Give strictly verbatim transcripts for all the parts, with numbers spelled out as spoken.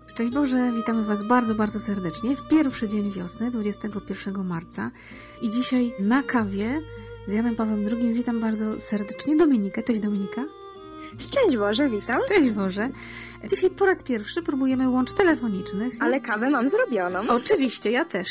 Szczęść Boże, witamy Was bardzo, bardzo serdecznie w pierwszy dzień wiosny, dwudziestego pierwszego marca. I dzisiaj na kawie z Janem Pawłem drugim witam bardzo serdecznie Dominikę. Cześć Dominika. Szczęść Boże, witam. Szczęść Boże. Dzisiaj po raz pierwszy próbujemy łącz telefonicznych. Ale kawę mam zrobioną. Oczywiście, ja też.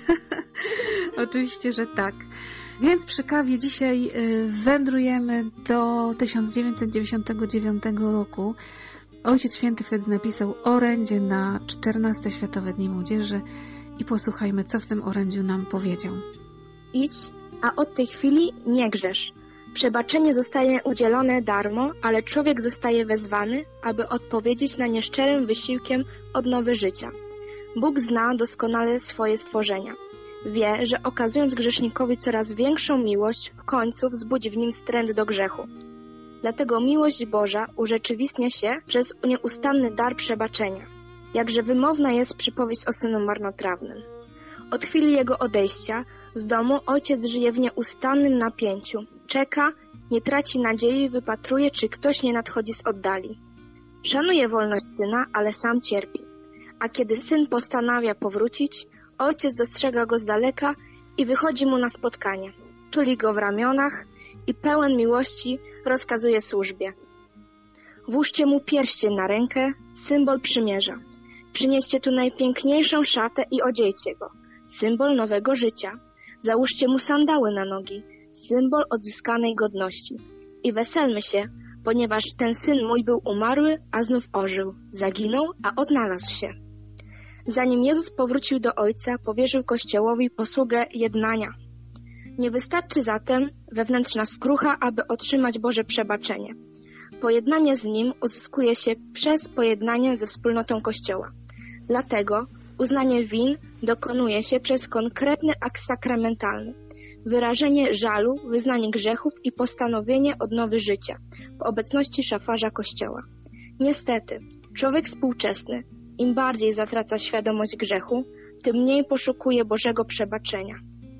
Oczywiście, że tak. Więc przy kawie dzisiaj wędrujemy do tysiąc dziewięćset dziewięćdziesiątego dziewiątego roku. Ojciec Święty wtedy napisał orędzie na czternaste Światowe Dni Młodzieży i posłuchajmy, co w tym orędziu nam powiedział. Idź, a od tej chwili nie grzesz. Przebaczenie zostaje udzielone darmo, ale człowiek zostaje wezwany, aby odpowiedzieć na nieszczerym wysiłkiem odnowy życia. Bóg zna doskonale swoje stworzenia. Wie, że okazując grzesznikowi coraz większą miłość, w końcu wzbudzi w nim wstręt do grzechu. Dlatego miłość Boża urzeczywistnia się przez nieustanny dar przebaczenia. Jakże wymowna jest przypowieść o synu marnotrawnym. Od chwili jego odejścia z domu ojciec żyje w nieustannym napięciu. Czeka, nie traci nadziei i wypatruje, czy ktoś nie nadchodzi z oddali. Szanuje wolność syna, ale sam cierpi. A kiedy syn postanawia powrócić, ojciec dostrzega go z daleka i wychodzi mu na spotkanie. Tuli go w ramionach i pełen miłości rozkazuje służbie. Włóżcie mu pierścień na rękę, symbol przymierza. Przynieście tu najpiękniejszą szatę i odziejcie go, symbol nowego życia. Załóżcie mu sandały na nogi, symbol odzyskanej godności. I weselmy się, ponieważ ten syn mój był umarły, a znów ożył. Zaginął, a odnalazł się. Zanim Jezus powrócił do Ojca, powierzył Kościołowi posługę jednania. Nie wystarczy zatem wewnętrzna skrucha, aby otrzymać Boże przebaczenie. Pojednanie z Nim uzyskuje się przez pojednanie ze wspólnotą Kościoła. Dlatego uznanie win dokonuje się przez konkretny akt sakramentalny. Wyrażenie żalu, wyznanie grzechów i postanowienie odnowy życia w obecności szafarza Kościoła. Niestety, człowiek współczesny, im bardziej zatraca świadomość grzechu, tym mniej poszukuje Bożego przebaczenia.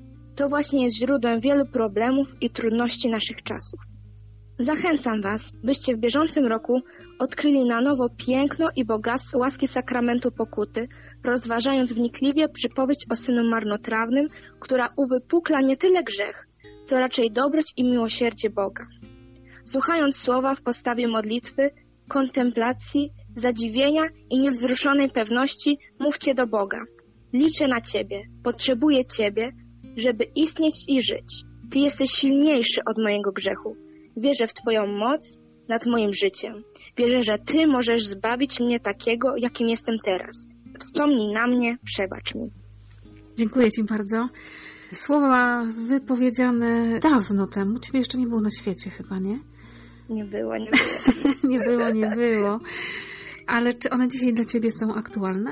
To właśnie jest źródłem wielu problemów i trudności naszych czasów. Zachęcam Was, byście w bieżącym roku odkryli na nowo piękno i bogactwo łaski sakramentu pokuty, rozważając wnikliwie przypowieść o synu marnotrawnym, która uwypukla nie tyle grzech, co raczej dobroć i miłosierdzie Boga. Słuchając słowa w postawie modlitwy, kontemplacji, zadziwienia i niewzruszonej pewności, mówcie do Boga. Liczę na Ciebie, potrzebuję Ciebie, żeby istnieć i żyć. Ty jesteś silniejszy od mojego grzechu. Wierzę w Twoją moc nad moim życiem. Wierzę, że Ty możesz zbawić mnie takiego, jakim jestem teraz. Wspomnij na mnie, przebacz mi. Dziękuję Ci bardzo. Słowa wypowiedziane dawno temu. Ciebie jeszcze nie było na świecie chyba, nie? Nie było, nie było. nie było, nie było. Ale czy one dzisiaj dla Ciebie są aktualne?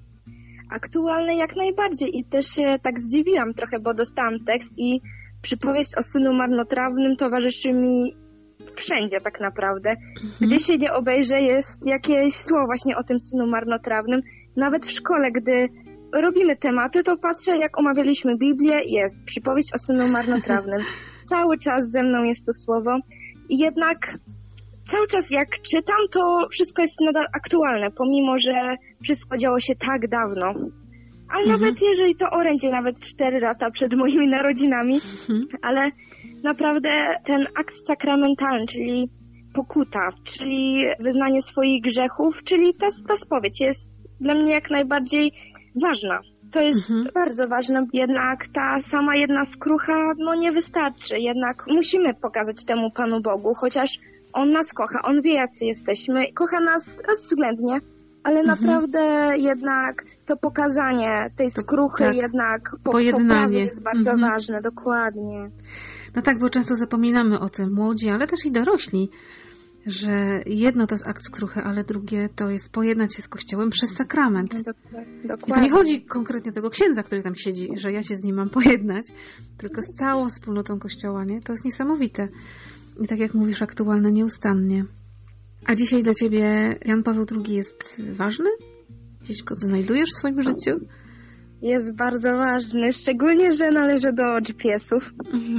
Aktualne jak najbardziej i też się tak zdziwiłam trochę, bo dostałam tekst i przypowieść o synu marnotrawnym towarzyszy mi wszędzie tak naprawdę. Mhm. Gdzie się nie obejrzę, jest jakieś słowo właśnie o tym synu marnotrawnym. Nawet w szkole, gdy robimy tematy, to patrzę, jak omawialiśmy Biblię, jest przypowieść o synu marnotrawnym. Cały czas ze mną jest to słowo i jednak cały czas jak czytam, to wszystko jest nadal aktualne, pomimo że wszystko działo się tak dawno. Ale mhm. nawet jeżeli to orędzie, nawet cztery lata przed moimi narodzinami, mhm. ale naprawdę ten akt sakramentalny, czyli pokuta, czyli wyznanie swoich grzechów, czyli ta, ta spowiedź jest dla mnie jak najbardziej ważna. To jest mhm. bardzo ważne, jednak ta sama jedna skrucha no nie wystarczy. Jednak musimy pokazać temu Panu Bogu, chociaż On nas kocha, On wie, jacy jesteśmy, kocha nas bezwzględnie, ale mhm. naprawdę jednak to pokazanie tej skruchy, tak. jednak po, pojednanie jest bardzo mhm. ważne, dokładnie. No tak, bo często zapominamy o tym, młodzi, ale też i dorośli, że jedno to jest akt skruchy, ale drugie to jest pojednać się z Kościołem przez sakrament. Dokładnie. I to nie chodzi konkretnie o tego księdza, który tam siedzi, że ja się z nim mam pojednać, tylko z całą wspólnotą Kościoła, nie? To jest niesamowite. I tak jak mówisz, aktualne nieustannie. A dzisiaj dla Ciebie Jan Paweł drugi jest ważny? Gdzieś go znajdujesz w swoim życiu? Jest bardzo ważny, szczególnie, że należy do G P S ów. Mhm.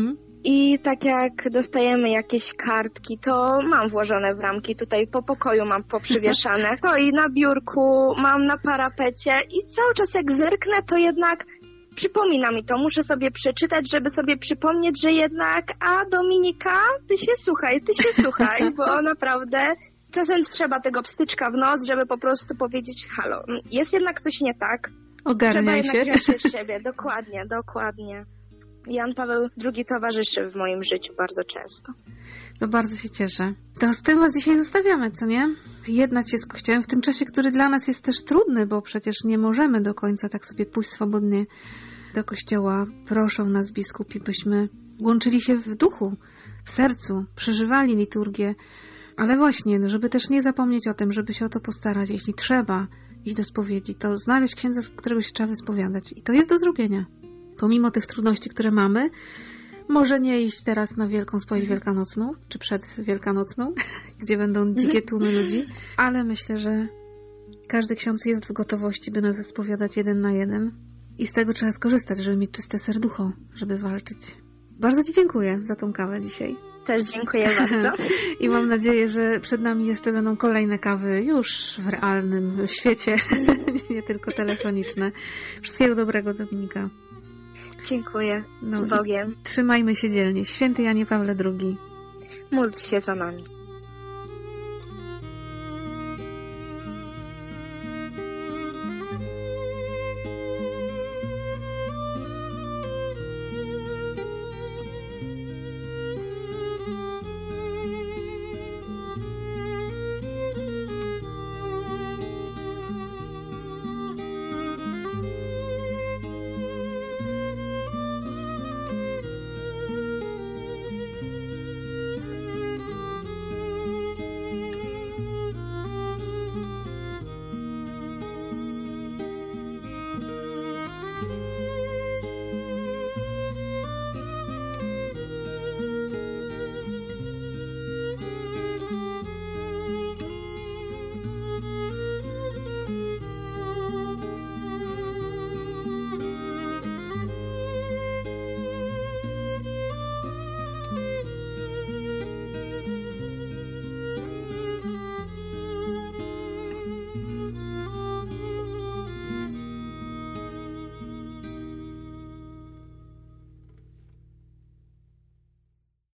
I tak jak dostajemy jakieś kartki, to mam włożone w ramki, tutaj po pokoju mam poprzywieszane. To i na biurku, mam na parapecie i cały czas jak zerknę, to jednak przypomina mi to. Muszę sobie przeczytać, żeby sobie przypomnieć, że jednak, a Dominika, ty się słuchaj, ty się słuchaj, bo naprawdę czasem trzeba tego pstyczka w noc, żeby po prostu powiedzieć halo, jest jednak coś nie tak. Ogarniaj Trzeba się. jednak wziąć się w siebie, dokładnie, dokładnie. Jan Paweł drugi towarzyszy w moim życiu bardzo często. To bardzo się cieszę. To z tym was dzisiaj zostawiamy, co nie? Jednać się z Kościołem w tym czasie, który dla nas jest też trudny, bo przecież nie możemy do końca tak sobie pójść swobodnie do Kościoła. Proszą nas biskupi, byśmy łączyli się w duchu, w sercu, przeżywali liturgię. Ale właśnie, no żeby też nie zapomnieć o tym, żeby się o to postarać. Jeśli trzeba iść do spowiedzi, to znaleźć księdza, z którego się trzeba wyspowiadać. I to jest do zrobienia. Pomimo tych trudności, które mamy, może nie iść teraz na wielką spowiedź wielkanocną, czy przed wielkanocną, gdzie będą dzikie tłumy ludzi, ale myślę, że każdy ksiądz jest w gotowości, by nas wyspowiadać jeden na jeden i z tego trzeba skorzystać, żeby mieć czyste serducho, żeby walczyć. Bardzo ci dziękuję za tą kawę dzisiaj. Też dziękuję bardzo. I mam nadzieję, że przed nami jeszcze będą kolejne kawy już w realnym świecie, nie tylko telefoniczne. Wszystkiego dobrego, Dominika. Dziękuję. No, z Bogiem. Trzymajmy się dzielnie. Święty Janie Pawle drugi. Módl się za nami.